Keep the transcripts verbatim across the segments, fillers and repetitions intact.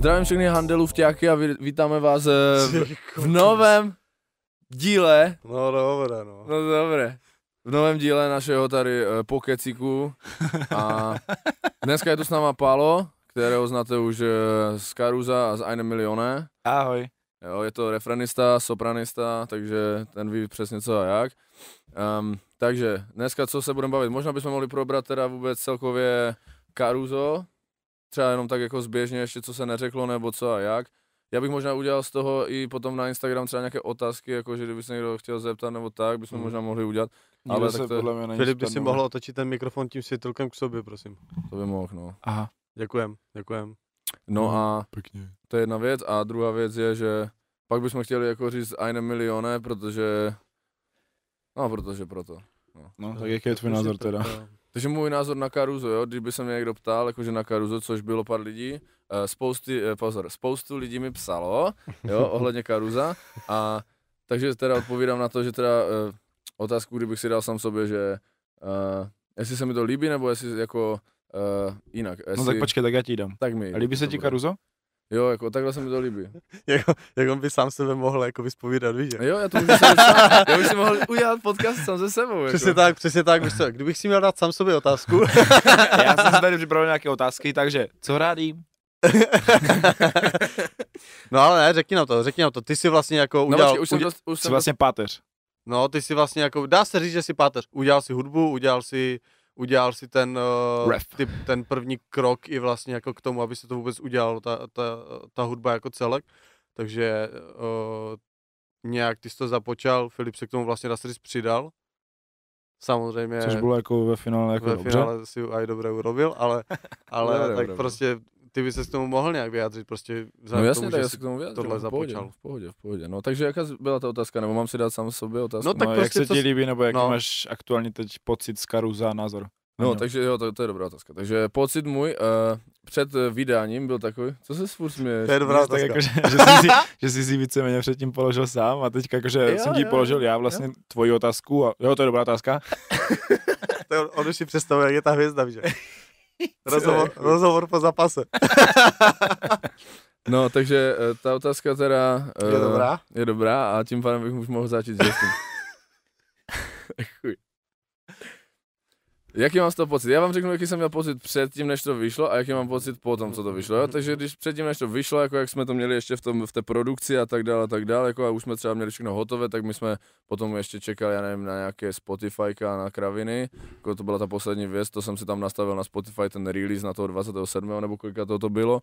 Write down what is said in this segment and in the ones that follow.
Zdravím všechny handelůvťáky a vítáme vás v, v novém díle. No dobré, no. No dobré. V novém díle našeho tady uh, pokeciku. A dneska je tu s náma Pálo, kterého znáte už uh, z Karuza a z Eine Millione. Ahoj. Jo, je to refrenista, sopranista, takže ten ví přesně co a jak. Um, takže dneska co se budeme bavit? Možná bychom mohli probrat teda vůbec celkově Karuzo. Třeba jenom tak jako zběžně ještě, co se neřeklo, nebo co a jak. Já bych možná udělal z toho i potom na Instagram třeba nějaké otázky, jako že kdyby se někdo chtěl zeptat nebo tak, bychom hmm. možná mohli udělat. Nikdo ale tak to... Filip by si mohl otočit ten mikrofon tím světelkem k sobě, prosím. To by mohl, no. Aha. Děkujem, děkujem. No hmm, a pěkně. To je jedna věc a druhá věc je, že pak bychom chtěli jako říct Eine Millione, protože... No, protože proto. No, no tak jaký je tvůj názor teda? Takže můj názor na Karuzo, jo, kdyby se mě někdo ptal, jakože na Karuzo, což bylo pár lidí, spousty, pozor, spoustu lidí mi psalo, jo, ohledně Karuza, a takže teda odpovídám na to, že teda uh, otázku, kdybych si dal sám sobě, že uh, jestli se mi to líbí, nebo jestli jako uh, jinak. Jestli, no tak počkej, tak já ti dám. Tak mi. A líbí se ti Karuzo? Jo, jako takhle se mi to líbí. jako, jak on by sám sebe mohl jako vyspovídat, víš? Jo, já to můžu sám, já bych si mohl udělat podcast sám se sebou. Přesně jako. tak, přesně tak, víš co, kdybych si měl dát sám sobě otázku. Já jsem si tady připravil nějaké otázky, takže co rádím? No ale ne, řekni nám to, řekni nám to, ty jsi vlastně jako udělal... No, už jsem uděl... to, už jsi vlastně páteř. No, ty jsi vlastně jako, dá se říct, že jsi páteř. Udělal si hudbu, udělal si... Udělal si ten, uh, ty, ten první krok i vlastně jako k tomu, aby se to vůbec udělalo, ta, ta, ta hudba jako celek. Takže uh, nějak ty jsi to započal, Filip se k tomu vlastně dá se říct přidal. Samozřejmě. Což bylo jako ve finále jako ve dobře. finále si aj dobře urobil, ale, ale dobre, tak dobre. prostě ty by se k tomu mohl nějak vyjádřit, prostě no jasně, tomu, tak že já se k tomu vyjádřím, tohle v započal. pohodě, v pohodě, v pohodě. No takže jaká byla ta otázka, nebo mám si dát sám sobě otázku? No tak no, prostě jak se ti líbí, nebo jaký no. máš aktuálně teď pocit z Karuza, názor? No, takže jo, to, to je dobrá otázka. Takže pocit můj uh, před vydáním byl takový, co se furt směješ? To je dobrá tak otázka. jako, že, že, jsi si, že jsi si víceméně předtím položil sám a teď jakože Jo, jsem ti jo, položil já vlastně jo. tvoji otázku a jo, to je dobrá otázka. To je, on už si představuje, jak je ta hvězda, víš? Rozhovor, rozhovor po zápase. No, takže uh, ta otázka teda uh, Je dobrá? Je dobrá a tím pádem bych už mohl začít s tím. Chuj. Jaký mám z toho pocit? Já vám řeknu, jaký jsem měl pocit předtím, než to vyšlo a jaký mám pocit potom, co to vyšlo. Jo? Takže když předtím, než to vyšlo, jako jak jsme to měli ještě v, tom, v té produkci a tak dále, a tak dále, jako a už jsme třeba měli všechno hotové, tak my jsme potom ještě čekali, já nevím, na nějaké Spotifyka, na kraviny, jako to byla ta poslední věc, to jsem si tam nastavil na Spotify, ten release na toho dvacátého sedmého nebo kolika toho to bylo.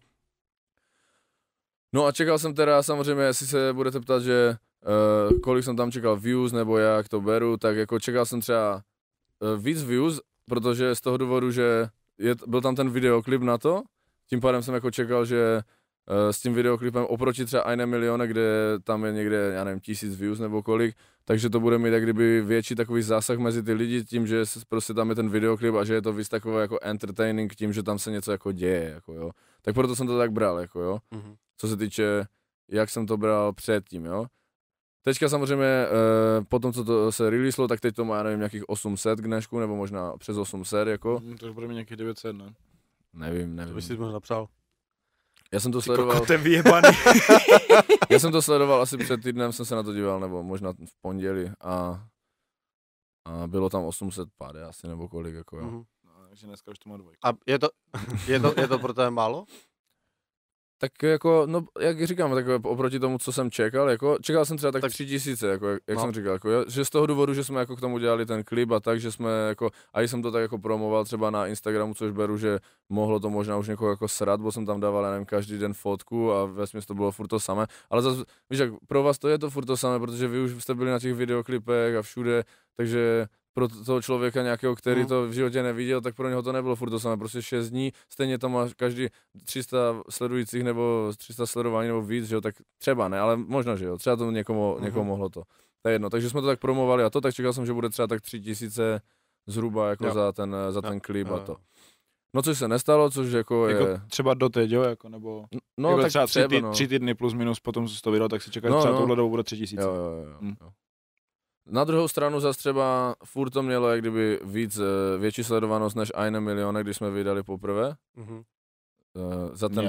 No a čekal jsem teda, samozřejmě, jestli se budete ptat, že uh, kolik jsem tam čekal views, nebo jak to beru, tak jako čekal jsem třeba uh, víc views, protože z toho důvodu, že je, byl tam ten videoklip na to, tím pádem jsem jako čekal, že uh, s tím videoklipem oproti třeba Eine Millione, kde tam je někde, já nevím, tisíc views nebo kolik, takže to bude mít jak kdyby větší takový zásah mezi ty lidi tím, že prostě tam je ten videoklip a že je to víc takové jako entertaining tím, že tam se něco jako děje, jako jo. Tak proto jsem to tak bral, jako jo. Mm-hmm. Co se týče, jak jsem to bral předtím, jo. Teďka samozřejmě, eh, potom co to se releaselo, tak teď to má, nevím, nějakých osm set k dnešku, nebo možná přes osm set, jako. Mm, to už bude mít nějakých devět set, ne? Nevím, nevím. To by si možná napsal. Já jsem to Ty sledoval. kokote vyjebaný. Já jsem to sledoval asi před týdnem, jsem se na to díval, nebo možná v pondělí a, a bylo tam osm set pade asi, nebo kolik, jako jo. Mm-hmm. No, takže dneska už to má dvojku. A je to, je to, je to pro tebe málo? Tak jako, no jak říkám, tak oproti tomu, co jsem čekal, jako, čekal jsem třeba tak, tak tři tisíce, jako, jak no. jsem říkal, jako, že z toho důvodu, že jsme jako k tomu dělali ten klip a tak, že jsme jako, a jsem to tak jako promoval třeba na Instagramu, což beru, že mohlo to možná už někoho jako srat, bo jsem tam dával, já nevím, každý den fotku a vesměs to bylo furt to samé, ale zase, víš, jak pro vás to je to furt to samé, protože vy už jste byli na těch videoklipech a všude, takže pro toho člověka nějakého, který mm. to v životě neviděl, tak pro něho to nebylo furt to samé, prostě šest dní, stejně tam má každý tři sta sledujících nebo tři sta sledování nebo víc, že jo, tak třeba ne, ale možná, že jo, třeba to někomu, mm. někomu mohlo to. To je jedno, takže jsme to tak promovali a to, tak čekal jsem, že bude třeba tak tři tisíce zhruba jako za ten, za ten klip a to. No což se nestalo, což jako, jako je... třeba doteď, jo, jako nebo... No jako tak třeba, třeba, tři, tý, no. tři týdny plus minus potom, co jsi to vydal, tak si čekáš, no, třeba no. touhle dobu bude tři tisíce. Jo, jo, jo, hmm. jo. Na druhou stranu zase třeba furt to mělo jak kdyby víc, větší sledovanost než Eine Millione, když jsme vydali poprvé. Mm-hmm. Uh, za ten Mělo?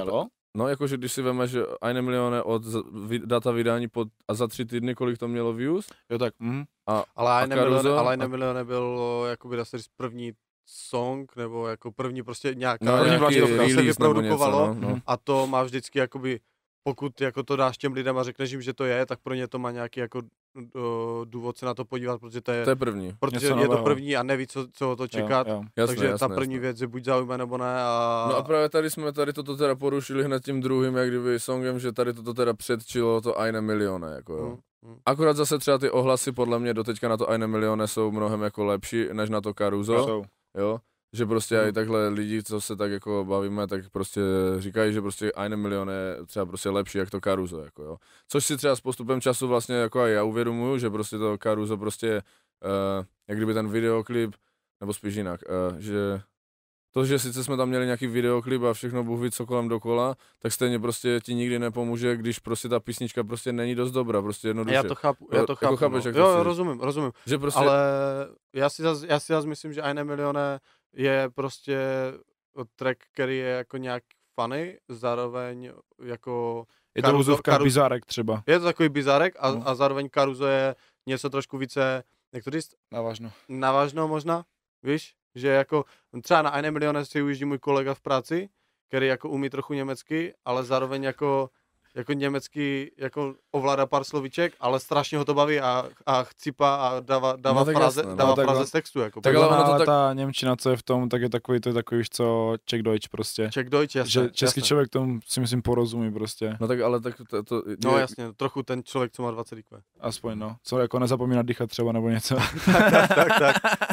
No, jakože když si vemeš, že Eine Millione od data vydání pod, a za tři týdny, kolik to mělo views? Jo tak, mhm. A, ale Eine Millione, ale Eine a... Millione byl, jakoby dá se říct, první song, nebo jako první prostě nějaká, no, nějaký release se vyprodukovalo něco, no, no. a to má vždycky jakoby, pokud jako to dáš těm lidem a řekneš jim, že to je, tak pro ně to má nějaký jako důvod se na to podívat, protože to je, to je první. Protože je to první a neví, co, co to čekat, jo, jo. Jasné, takže jasné, ta první jasné. věc je buď zaujme nebo ne a... No a právě tady jsme tady toto teda porušili hned tím druhým, jak kdyby songem, že tady toto teda předčilo to Eine Millione, jako jo. Hmm. Akorát zase třeba ty ohlasy podle mě doteďka na to Eine Millione jsou mnohem jako lepší, než na to Caruso, jsou. Jo. Že prostě Hmm. i takhle lidi, co se tak jako bavíme, tak prostě říkají, že prostě Eine Millione je třeba prostě lepší jak to Caruso, jako jo. Což si třeba s postupem času vlastně jako i já uvědomuju, že prostě to Caruso prostě, uh, jak kdyby ten videoklip, nebo spíš jinak, uh, že to, že sice jsme tam měli nějaký videoklip a všechno Bůh ví co kolem dokola, tak stejně prostě ti nikdy nepomůže, když prostě ta písnička prostě není dost dobrá, prostě jednoduše. Já to chápu, já to jako chápu, chápeš, no. jak Jo, to jo, chceš. rozumím, rozumím, Že prostě... ale já si zas, já si zas myslím, že Eine Millione je prostě track, který je jako nějak funny, zároveň jako... Je to úzovka Caruso, bizárek třeba. Je to takový bizárek a, no. a zároveň Caruso je něco trošku více, jak to říct? Navážno. Navážno možná, víš? Že jako třeba na Eine Millione si ujíždí můj kolega v práci, který jako umí trochu německy, ale zároveň jako, jako německy jako ovládá pár slovíček, ale strašně ho to baví a, a chcípa a dává, dává No, fraze, jasné, no. dává No, tak fraze on- z textu. Jako. tak Tak ale ale, ono to ale tak- ta němčina, co je v tom, tak je takový, to je takový, víš co, Czech Deutsch prostě. Czech Deutsch, jasně. Že český jasně. člověk tomu si myslím porozumí prostě. No tak ale tak to... to No je, jasně, trochu ten člověk, co má dvacet I Q. Aspoň no. Co jako nezapomínat dýchat třeba nebo něco. tak, tak, tak.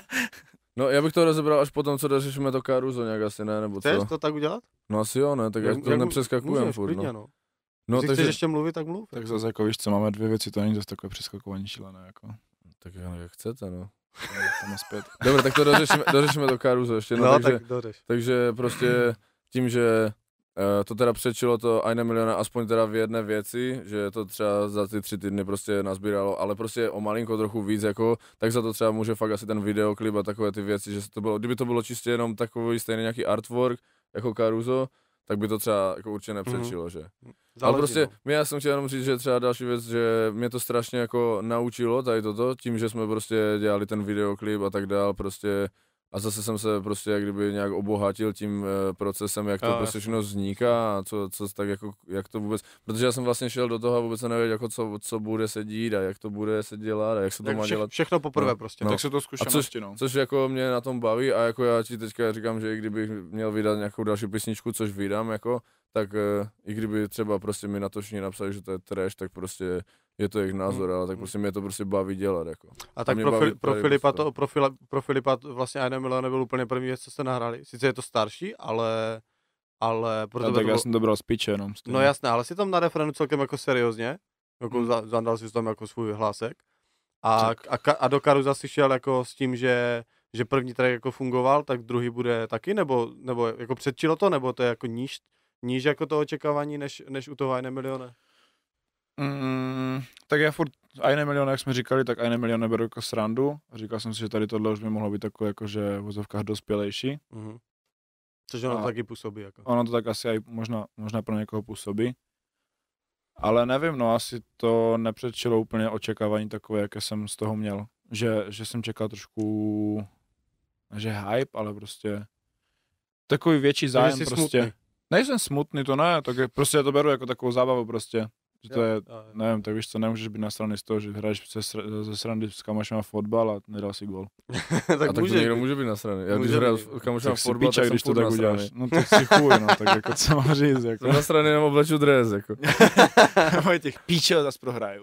No já bych to rozebral až potom, co dořešíme to Caruso nějak asi, ne, nebo Chceš co? to tak udělat? No asi jo, ne, tak jak, to jak- nepřeskakujem můžeš, furt, klidně, no. no. No Když takže... chceš ještě mluvit, tak mluv. Tak zase jako víš co, máme dvě věci, to není zase takové přeskakování šílené jako. Tak jak chcete, no. Tam a zpět. Dobře, tak to dořešíme, dořešíme to Caruso ještě, no, No, takže, tak dořeš. takže prostě tím, že uh, to teda přečilo to Eine Millione aspoň teda v jedné věci, že to třeba za ty tři týdny prostě nazbíralo, ale prostě o malinko trochu víc jako, tak za to třeba může fakt asi ten videoklip a takové ty věci, že to bylo, kdyby to bylo čistě jenom takový stejný nějaký artwork jako Caruso, tak by to třeba jako určitě nepřečilo, mm-hmm. že? Záleží, Ale prostě, no. mě já jsem chtěl jenom říct, že třeba další věc, že mě to strašně jako naučilo tady toto, tím, že jsme prostě dělali ten videoklip a tak dál, prostě a zase jsem se prostě jak kdyby nějak obohatil tím e, procesem, jak to Jo, prostě jasně. všechno vzniká a co, co tak jako, jak to vůbec, protože já jsem vlastně šel do toho a vůbec se nevěděl, jako co, co bude se dít a jak to bude se dělat a jak se to Tak má vše, dělat. všechno poprvé No, prostě. no. Tak jsou to zkušenosti, no. Což jako mě na tom baví a jako já ti teďka říkám, že i kdybych měl vydat nějakou další písničku, což vydám jako, tak uh, i kdyby třeba prostě mi na to všichni napsali, že to je trash, tak prostě je to jejich názor, ale tak prostě mě to prostě baví dělat jako. A tak mě pro, baví Fili- pro tady Filipa prostě. to, pro, Fila, pro Filipa to vlastně Eine Millione byl úplně první věc, co jste nahráli. Sice je to starší, ale, ale pro No, tebe tak to já bylo... jsem to bral z piče jenom. stejně. No jasné, ale si tam na refrénu celkem jako seriózně, jako Hmm. za, zandal si tam jako svůj hlásek. A, Tak. a, ka- a do Carusa si šel jako s tím, že, že první track jako fungoval, tak druhý bude taky, nebo, nebo jako předčilo to, nebo to je jako níž, níž jako to očekávání, než, než u toho Eine Millione? Mm, tak já furt Eine Millione, jak jsme říkali, tak Eine Millione beru jako srandu. A říkal jsem si, že tady tohle už by mohlo být takové jakože v vozovkách dospělejší. Mhm. Což ono A- taky působí jako. Ono to tak asi aj možná, možná pro někoho působí. Ale nevím, no asi to nepředčilo úplně očekávání takové, jaké jsem z toho měl. Že, že jsem čekal trošku, ne že hype, ale prostě takový větší zájem jsi prostě. smutný. Nejsem smutný, to ne, tak je, prostě já to beru jako takovou zábavu prostě. Že to Jo, je, jo, jo. nevím, tak víš co, nemůžeš být na straně z toho, že hraješ ze, sr- ze srandy s kamošem fotbal a nedal si gól. tak A tak to může někdo být. může být na straně. Já když Může hraju být. s kamošem Tak si fotbal, píča, tak když jsem to furt tak na uděláš. straně. No tak si chuj, no, tak jako co mám říct, jako. Jsem na straně jenom obleču dres, jako. Moje těch píčel zase prohraju.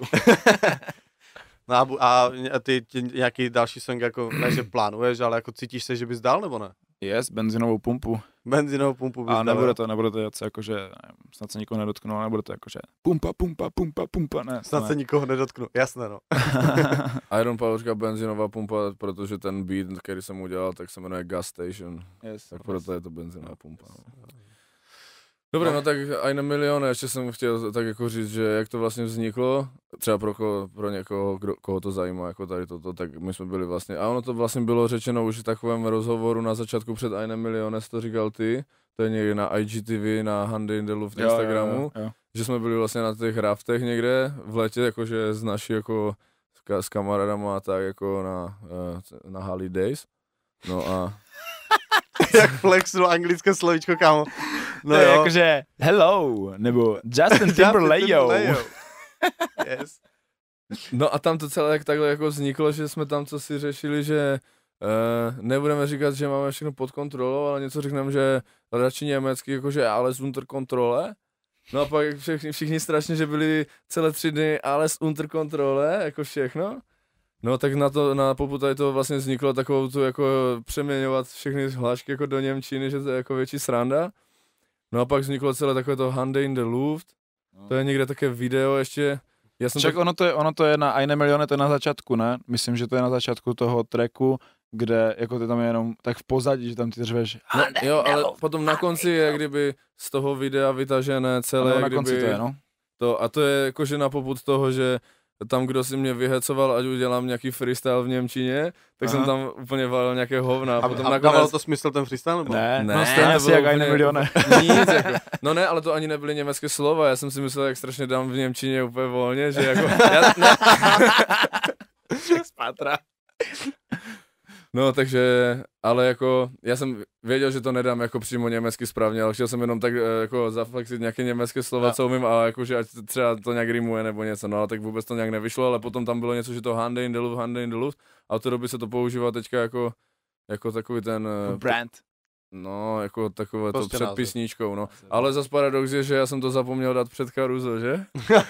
No a, bu- a ty, ty nějaký další song jako, ne že plánuješ, ale jako cítíš se, že bys dal, nebo ne? Yes, benzinovou pumpu. Benzinovou pumpu bys A dal. nebude to, nebude to něco jako, že nevím, snad se nikoho nedotknu, ale nebude to jako, že pumpa, pumpa, pumpa, pumpa, ne. Snad ne. se nikoho nedotknu, jasné no. Iron Power říká benzinová pumpa, protože ten beat, který jsem udělal, tak se jmenuje Gas Station. Yes, Tak proto je to benzinová pumpa. No. Dobre, No. no tak aj na milióne, ešte som chtěl tak jako říct, že jak to vlastně vzniklo, třeba pro, ko, pro někoho, kdo, koho to zajímá, jako tady toto, tak my jsme byli vlastně, a ono to vlastně bylo řečeno už v takovém rozhovoru na začátku před aj na milióne, to říkal ty, to je někde na I G T V, na Handy in the Loft Instagramu, jo, jo, jo. že jsme byli vlastně na těch raftech někde v létě, jakože z naší jako s, ka, s kamarádama a tak jako na, na Holidays, no a... Jak flexnul anglické slovíčko, kámo. No to je jakože hello, nebo Justin Timberlake. Yes. No a tam to celé jak takhle jako vzniklo, že jsme tam co si řešili, že uh, nebudeme říkat, že máme všechno pod kontrolou, ale něco řekneme, že radši německy, jakože alles unter kontrole. No a pak všichni, všichni strašně, že byli celé tři dny alles unter kontrole, jako všechno. No tak na to, na popud tady to vlastně vzniklo takovou tu jako přeměňovat všechny hlášky jako do němčiny, že to je jako větší sranda. No a pak vzniklo celé takové to Handy in the Luft, no. To je někde také video ještě. Já jsem Však tak... ono, to je, ono to je na Eine Milione, to je na začátku, ne? Myslím, že to je na začátku toho tracku, kde jako ty tam je jenom tak v pozadí, že tam ty řveš. No, jo, ale potom na konci je kdyby z toho videa vytažené celé, no, na kdyby konci to je, no. To, a to je jakože na popud toho, že tam, kdo si mě vyhecoval, ať udělám nějaký freestyle v němčině, tak Aha. jsem tam úplně valil nějaké hovna. A, potom a nakonec... dával to smysl ten freestyle? Nebo? Ne, ne, no stejně asi jak Eine Milione. Nic, jako. No ne, ale to ani nebyly německé slova, já jsem si myslel, jak strašně dám v němčině úplně volně, že jako... Já, ne. Spátra. No, takže, ale jako, já jsem věděl, že to nedám jako přímo německy správně, ale chtěl jsem jenom tak jako zaflexit nějaké německé slova, no. Co umím, a jakože ať třeba to nějak rimuje nebo něco, no, ale tak vůbec to nějak nevyšlo, ale potom tam bylo něco, že to Handy in the Luft, Handy in the Luft, a od té doby se to používá teďka jako, jako takový ten... Brand. No, jako takové prostě to před název. Písničkou, no. Ale zas paradox je, že já jsem to zapomněl dát před Caruso, že?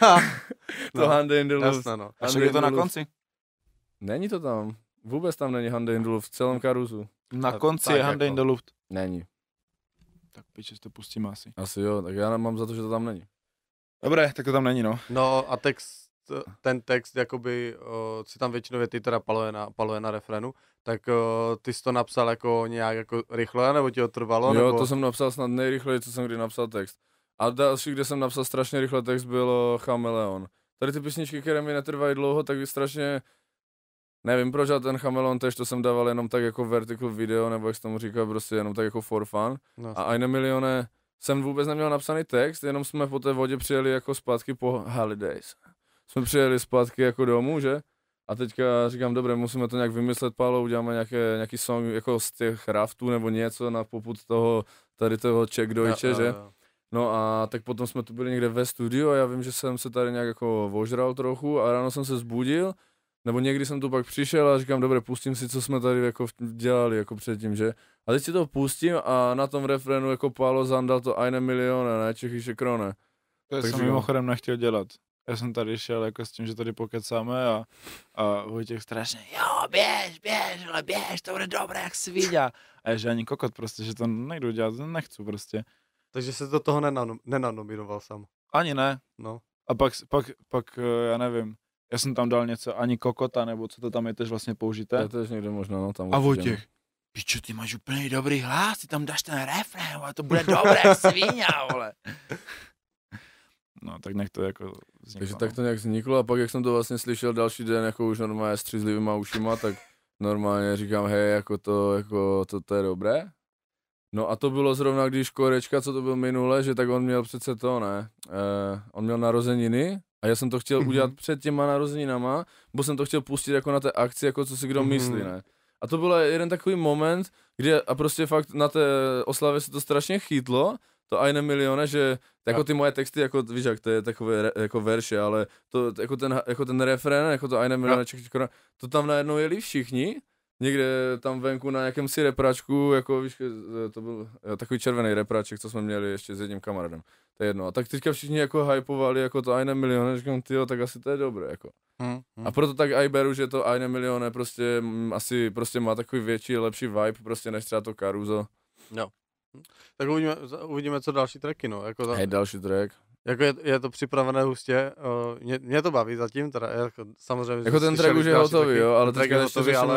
To no, Handy in the Luft. Jasné, no. A však je to na konci? Není to tam. Vůbec tam není Handy in the Luft v celém Carusu. Na konci tak je Handy jako. In the Luft. Není. Tak piče, to pustíme asi. Asi jo, tak já mám za to, že to tam není. Dobré, tak to tam není, no. No a text, ten text, jakoby, uh, si tam většinou věty teda paluje na, paluje na refrénu, tak uh, ty jsi to napsal jako nějak jako rychle, nebo ti to trvalo? Jo, nebo... to jsem napsal snad nejrychleji, co jsem kdy napsal text. A další, kde jsem napsal strašně rychle text, bylo Chameleon. Tady ty písničky, které mi netrvají dlouho, tak strašně... Nevím proč, ale ten Chameleon tež to jsem dával jenom tak jako vertical video, nebo jak se tomu říká, prostě jenom tak jako for fun. No. A Eine Milione jsem vůbec neměl napsaný text, jenom jsme po té vodě přijeli jako zpátky po Holidays. Jsme přijeli zpátky jako domů, že? A teďka říkám, dobré, musíme to nějak vymyslet, Pálo, uděláme nějaké, nějaký song jako z těch raftů nebo něco na popud toho, tady toho Czech Deutsche, ja, že? ja, ja. No a tak potom jsme tu byli někde ve studiu a já vím, že jsem se tady nějak jako ožral trochu a ráno jsem se zbudil. Nebo někdy jsem tu pak přišel a říkám, dobré, pustím si, co jsme tady jako dělali jako předtím, že? A teď si to pustím a na tom refrénu jako Pálo zandal to Eine Milione, ne? Čechyše krone. To jsem říkám... mimochodem nechtěl dělat. Já jsem tady šel jako s tím, že tady pokecáme a, a Vojtěch strašně, jo, běž, běž, ale běž, to bude dobré, jak svině. A já, že ani kokot prostě, že to nejdu dělat, nechci prostě. Takže se do toho nenanominoval sám. Ani ne. No. A pak, pak, pak, já nevím, já jsem tam dal něco, ani kokota, nebo co to tam je tež vlastně použité. To je tež někde možná, no tam. A Vojtěch, pičo, ty máš úplně dobrý hlas, ty tam dáš ten refrén, a to bude dobré, jak svině, vole. No, tak nech to jako vzniklo. Takže no. tak to nějak vzniklo a pak jak jsem to vlastně slyšel další den, jako už normálně střízlivýma ušima, tak normálně říkám, hej, jako to, jako to, to je dobré. No a to bylo zrovna, když Korečka, co to byl minule, že tak on měl přece to, ne, eh, on měl narozeniny a já jsem to chtěl mm-hmm. udělat před těma narozeninama, bo jsem to chtěl pustit jako na té akci, jako co si kdo mm-hmm. myslí, ne. A to byl jeden takový moment, kdy a prostě fakt na té oslavě se to strašně chytlo, to Eine Milione, že jako ty moje texty, jako víš jak, to je takové jako verše, ale to jako ten, jako ten refrén, jako to Eine Milione, no. To tam najednou jeli všichni, někde tam venku na nějakém si repračku, jako víš, to byl jo, takový červený repráček, co jsme měli ještě s jedním kamarádem, to je jedno. A tak teďka všichni jako hypovali jako to Eine Milione, říkám, tyjo, tak asi to je dobré, jako. Hmm, hmm. A proto tak aj beru, že to Eine Milione prostě m, asi prostě má takový větší, lepší vibe, prostě než třeba to Caruso. No. Tak uvidíme, uvidíme, co další tracky, no. Jako ta, Hej, další track. Jako je, je to připravené hustě, uh, mě, mě to baví zatím, teda jako samozřejmě... Jako ten track už je hotový, jo, ale track je hotový, ale,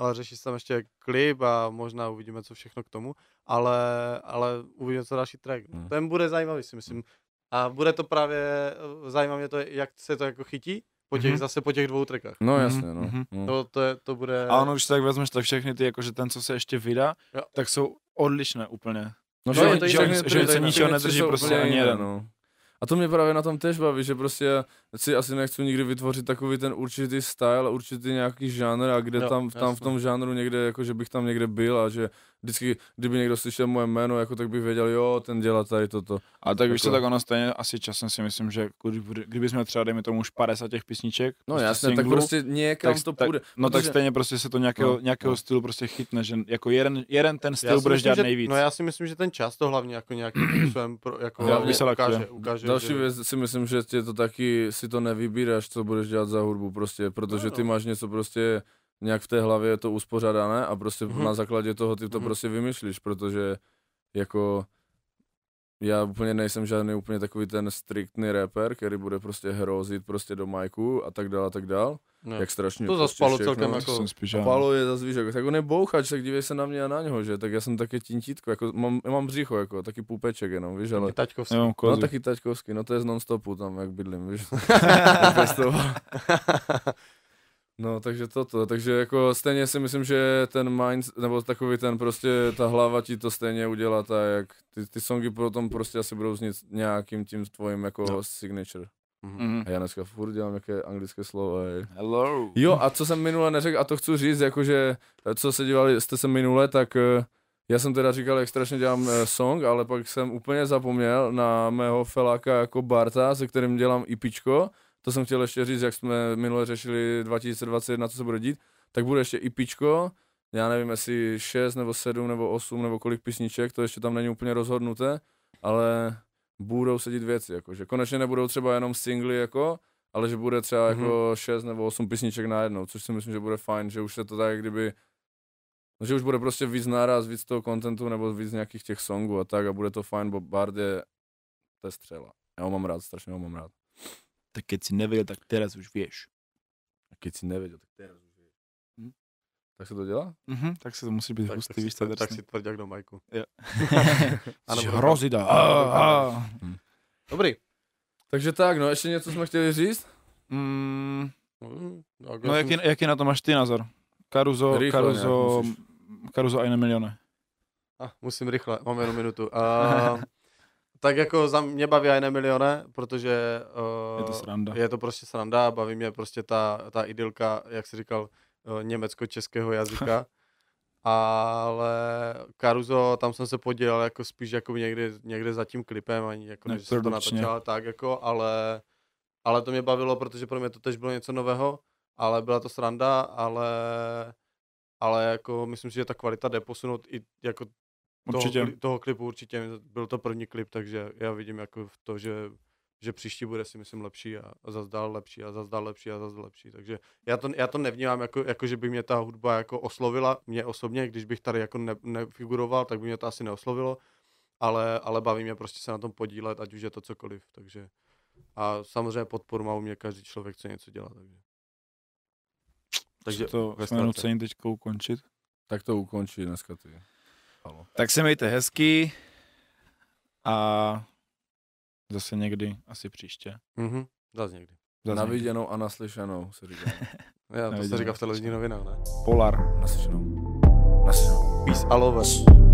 ale řeší se tam ještě klip a možná uvidíme, co všechno k tomu, ale, ale uvidíme, co další track. No. Hmm. Ten bude zajímavý, si myslím. A bude to právě, zajímavé to, jak se to jako chytí, po těch, mm-hmm. zase po těch dvou trackách. No jasně, no. Mm-hmm. no. To, to, je, to bude... A ono, když tak vezmeš, tak všechny ty, jakože ten, co se ještě vydá, jo. tak jsou odlišné úplně. No, že, že, on, to že, všechny, on, že se ničeho nedrží prostě ani jeden. No. A to mě právě na tom tež baví, že prostě si asi nechci nikdy vytvořit takový ten určitý style, určitý nějaký žánr a kde jo, tam, tam v tom žánru někde, jako že bych tam někde byl a že vždycky, kdyby někdo slyšel moje jméno, jako tak bych věděl, jo, ten dělá tady toto. A tak víš co, tak ono stejně asi časem si myslím, že kdyby jsme třeba, dejme tomu už padesát těch písniček, no prostě jasně, singlu, tak prostě někam tak, to tak, půjde. No protože... tak stejně prostě se to nějakého, no, nějakého no. stylu prostě chytne, že jako jeden, jeden ten styl budeš dělat že, nejvíc. No já si myslím, že ten čas to hlavně jako nějakým způsobem pro, jako hlavně ukáže, ukáže. Další že... věc si myslím, že tě to taky si to nevybíráš, co budeš dělat za hudbu prostě, protože no, ty no. máš něco prostě nějak v té hlavě je to uspořádané a prostě mm-hmm. na základě toho ty to mm-hmm. prostě vymýšlíš, protože jako já úplně nejsem žádný úplně takový ten striktný rapper, který bude prostě hrozit prostě do majku a tak dál a tak dál. Ne. Jak strašně to prostě zas Palo všechno. celkem jako... A Palo je zase víš, jako, tak on je bouchač, tak dívej se na mě a na něho, že? Tak já jsem taky tintítko, jako mám, mám břicho, jako taky půpeček jenom, víš, ale... Taky taťkovský. No taky taťkovský, no to je z non-stopu tam, jak bydlím, víš. No, takže toto, takže jako stejně si myslím, že ten mind, nebo takový ten prostě, ta hlava ti to stejně udělá, tak jak ty, ty songy potom prostě asi budou znít nějakým tím tvojím jako no. signature. Mm-hmm. A já dneska furt dělám nějaké anglické slovo. Hej. Hello. Jo, a co jsem minule neřekl, a to chci říct, jakože, co se dívali, jste se minule, tak já jsem teda říkal, jak strašně dělám song, ale pak jsem úplně zapomněl na mého feláka jako Barta, se kterým dělám IPčko. To jsem chtěl ještě říct, jak jsme minule řešili dva tisíce dvacet jedna, co se bude dít, tak bude ještě IPčko, já nevím, jestli šest nebo sedm nebo osm nebo kolik písniček, to ještě tam není úplně rozhodnuté, ale budou se dít věci, jako, že konečně nebudou třeba jenom singly, jako, ale že bude třeba mm-hmm. jako šest nebo osm písniček najednou, což si myslím, že bude fajn, že už se to tak kdyby, no, že už bude prostě víc naraz, víc toho kontentu nebo víc nějakých těch songů a tak a bude to fajn, bo Bard je, to je střela. Já ho mám rád, strašně ho mám rád. Tak keď si nevěděl, tak teraz už víš. A keď si nevěděl, tak teraz už víš. Hm? Tak se to dělá? Mhm, tak se to musí být tak, hustý, tak, víš, tak, tak si tvrdě jak do majku. Jo. Ano, hrozida. Hm. Dobrý. Takže tak, no, ještě něco jsme chtěli říct? Mm, mm, no, jaký, jaký na to máš ty názor? Caruso, Rychle Caruso, nějak, Caruso a Milione. Ah, musím rychle, mám jenom minutu. Uh, tak jako za mě baví a Milione, protože uh, je to sranda. Je to prostě sranda, baví mě prostě ta, ta idylka, jak jsi říkal, uh, německo-českého jazyka. Ale Caruso, tam jsem se podělal jako spíš jako někde, někde za tím klipem, ani jako než se to natočilo tak jako, ale, ale to mě bavilo, protože pro mě to tež bylo něco nového, ale byla to sranda, ale, ale jako myslím si, že ta kvalita jde posunout i jako toho, toho klipu určitě, byl to první klip, takže já vidím jako v to, že že příští bude si myslím lepší a, a zase dál lepší a zase dál lepší a zase lepší, takže já to, já to nevnímám jako, jako, že by mě ta hudba jako oslovila, mě osobně, když bych tady jako ne, nefiguroval, tak by mě to asi neoslovilo, ale, ale baví mě prostě se na tom podílet, ať už je to cokoliv, takže a samozřejmě podporu má u mě každý člověk, co něco dělá, takže. Takže to jsme nuceni teďka ukončit. Tak to ukončí dneska ty. Halo. Tak se mějte hezky a zase někdy, asi příště. Mhm, zase někdy. Zase naviděnou někdy. A naslyšenou se říká. Já, to se říká v televizních novinách, ne? Polar. Naslyšenou. Naslyšenou. Peace a love.